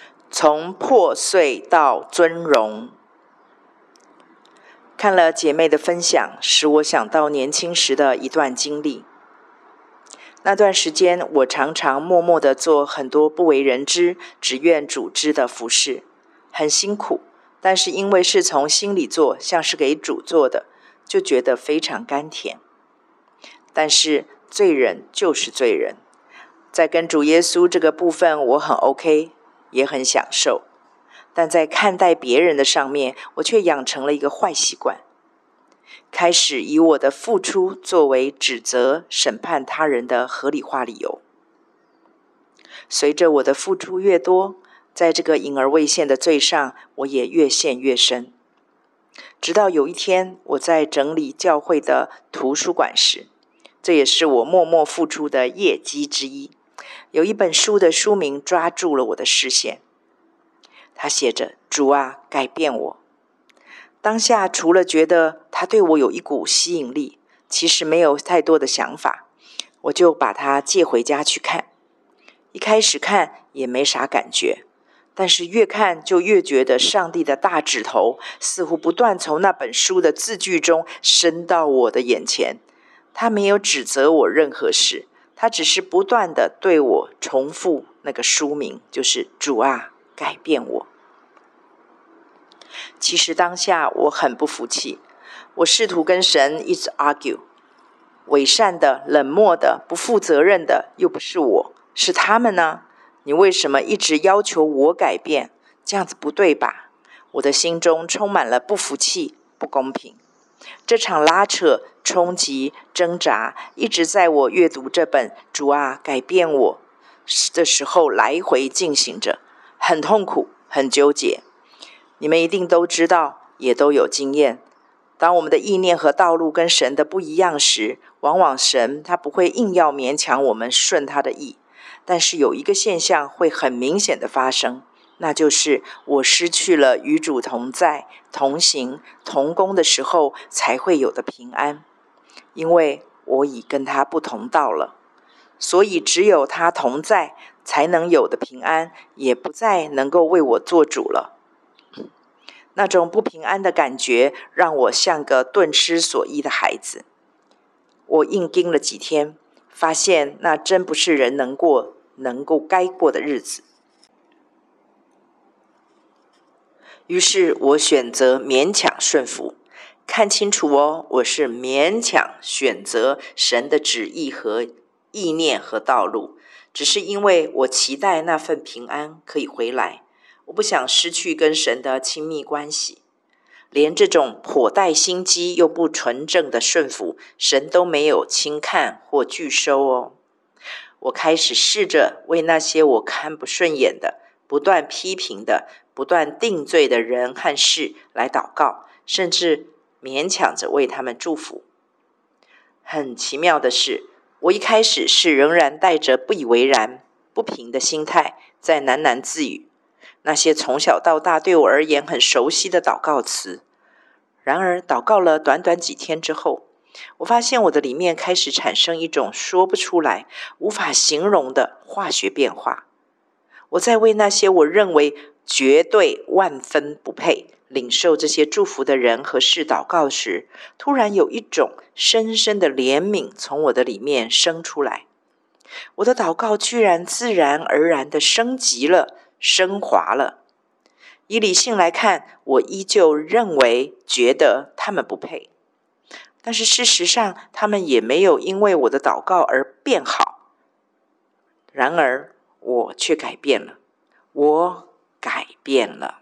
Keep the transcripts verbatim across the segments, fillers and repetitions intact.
从破碎到尊荣。看了姐妹的分享，使我想到年轻时的一段经历。那段时间，我常常默默地做很多不为人知、只愿主知的服事，很辛苦，但是因为是从心里做，像是给主做的，就觉得非常甘甜。但是罪人就是罪人，在跟主耶稣这个部分我很 OK， 也很享受，但在看待别人的上面，我却养成了一个坏习惯，开始以我的付出作为指责、审判他人的合理化理由。随着我的付出越多，在这个隐而未现的罪上，我也越陷越深。直到有一天，我在整理教会的图书馆时，这也是我默默付出的业绩之一，有一本书的书名抓住了我的视线，它写着“主啊，改变我”。当下除了觉得它对我有一股吸引力，其实没有太多的想法，我就把它借回家去看。一开始看也没啥感觉，但是越看就越觉得上帝的大指头似乎不断从那本书的字句中伸到我的眼前。他没有指责我任何事，他只是不断地对我重复那个书名，就是“主啊，改变我”。其实当下我很不服气，我试图跟神一直 argue， 伪善的、冷漠的、不负责任的又不是我，是他们呢？你为什么一直要求我改变？这样子不对吧？我的心中充满了不服气、不公平。这场拉扯、冲击、挣扎，一直在我阅读这本《主啊，改变我》的时候来回进行着，很痛苦，很纠结。你们一定都知道，也都有经验。当我们的意念和道路跟神的不一样时，往往神他不会硬要勉强我们顺他的意，但是有一个现象会很明显的发生，那就是我失去了与主同在、同行、同工的时候才会有的平安，因为我已跟他不同道了，所以只有他同在才能有的平安，也不再能够为我做主了。那种不平安的感觉让我像个顿失所依的孩子。我硬盯了几天，发现那真不是人能过能够该过的日子。于是我选择勉强顺服。看清楚哦，我是勉强选择神的旨意和意念和道路，只是因为我期待那份平安可以回来，我不想失去跟神的亲密关系。连这种颇带心机又不纯正的顺服，神都没有轻看或拒收哦。我开始试着为那些我看不顺眼的、不断批评的、不断定罪的人和事来祷告，甚至勉强着为他们祝福。很奇妙的是，我一开始是仍然带着不以为然、不平的心态在喃喃自语，那些从小到大对我而言很熟悉的祷告词。然而祷告了短短几天之后，我发现我的里面开始产生一种说不出来、无法形容的化学变化。我在为那些我认为绝对万分不配领受这些祝福的人和事祷告时，突然有一种深深的怜悯从我的里面生出来。我的祷告居然自然而然地升级了、升华了。以理性来看，我依旧认为觉得他们不配，但是事实上他们也没有因为我的祷告而变好。然而我却改变了，我改变了。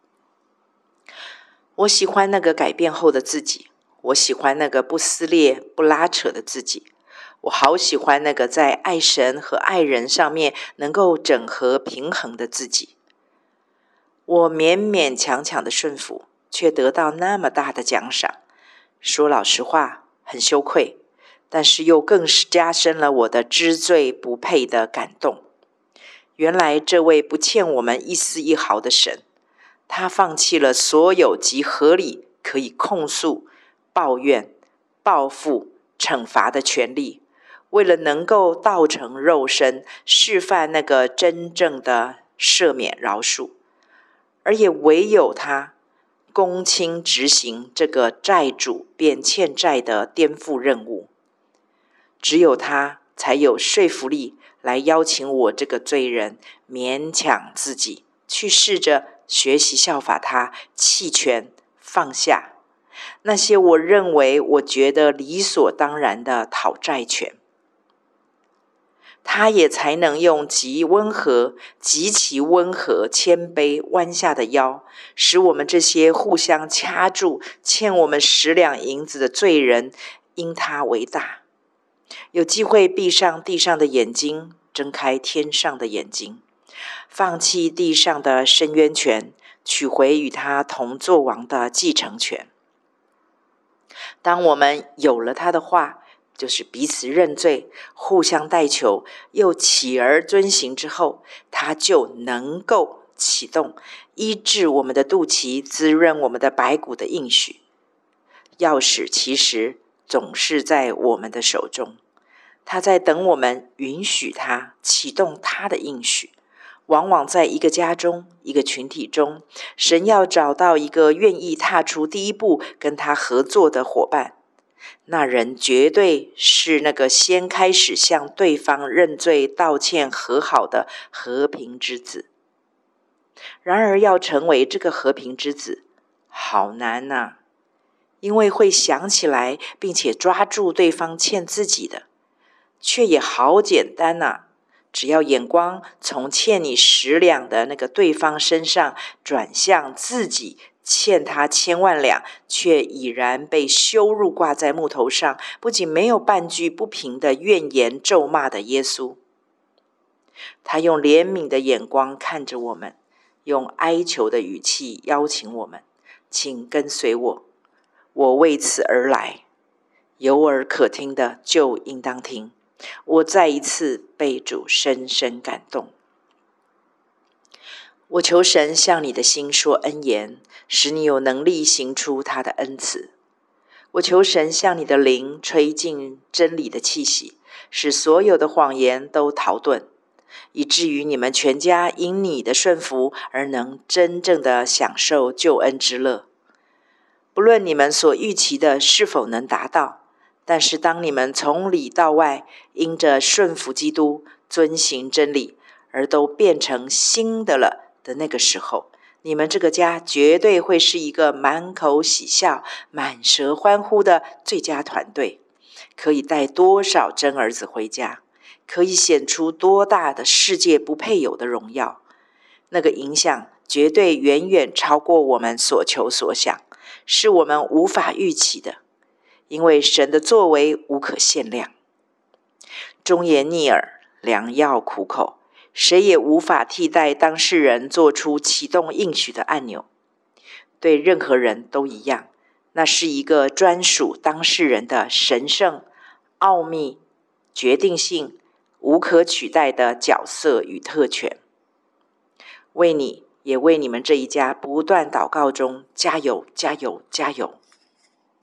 我喜欢那个改变后的自己，我喜欢那个不撕裂、不拉扯的自己，我好喜欢那个在爱神和爱人上面能够整合平衡的自己。我勉勉强强的顺服，却得到那么大的奖赏。说老实话，很羞愧，但是又更是加深了我的知罪不配的感动。原来这位不欠我们一丝一毫的神，他放弃了所有极合理可以控诉、抱怨、报复、惩罚的权利，为了能够道成肉身，示范那个真正的赦免饶恕，而也唯有他公亲执行这个债主变欠债的颠覆任务。只有他才有说服力来邀请我这个罪人勉强自己去试着学习效法他，弃权放下那些我认为我觉得理所当然的讨债权。他也才能用极温和、极其温和、谦卑弯下的腰，使我们这些互相掐住欠我们十两银子的罪人，因他为大，有机会闭上地上的眼睛，睁开天上的眼睛，放弃地上的伸冤权，取回与他同作王的继承权。当我们有了他的话，就是彼此认罪，互相代求，又起而遵行之后，他就能够启动医治我们的肚脐，滋润我们的白骨的应许。钥匙其实总是在我们的手中，他在等我们允许他启动他的应许。往往在一个家中，一个群体中，神要找到一个愿意踏出第一步跟他合作的伙伴，那人绝对是那个先开始向对方认罪、道歉、和好的和平之子。然而要成为这个和平之子，好难啊，因为会想起来并且抓住对方欠自己的，却也好简单啊，只要眼光从欠你十两的那个对方身上转向自己欠他千万两，却已然被羞辱挂在木头上，不仅没有半句不平的怨言咒骂的耶稣。他用怜悯的眼光看着我们，用哀求的语气邀请我们，请跟随我，我为此而来，有耳可听的就应当听。我再一次被主深深感动。我求神向你的心说恩言，使你有能力行出他的恩慈。我求神向你的灵吹进真理的气息，使所有的谎言都逃遁，以至于你们全家因你的顺服而能真正的享受救恩之乐。不论你们所预期的是否能达到，但是当你们从里到外因着顺服基督、遵行真理而都变成新的了的那个时候，你们这个家绝对会是一个满口喜笑、满舌欢呼的最佳团队，可以带多少真儿子回家，可以显出多大的世界不配有的荣耀。那个影响绝对远远超过我们所求所想，是我们无法预期的，因为神的作为无可限量。忠言逆耳，良药苦口，谁也无法替代当事人做出启动应许的按钮。对任何人都一样，那是一个专属当事人的神圣、奥秘、决定性、无可取代的角色与特权。为你也为你们这一家不断祷告中加油加油加油。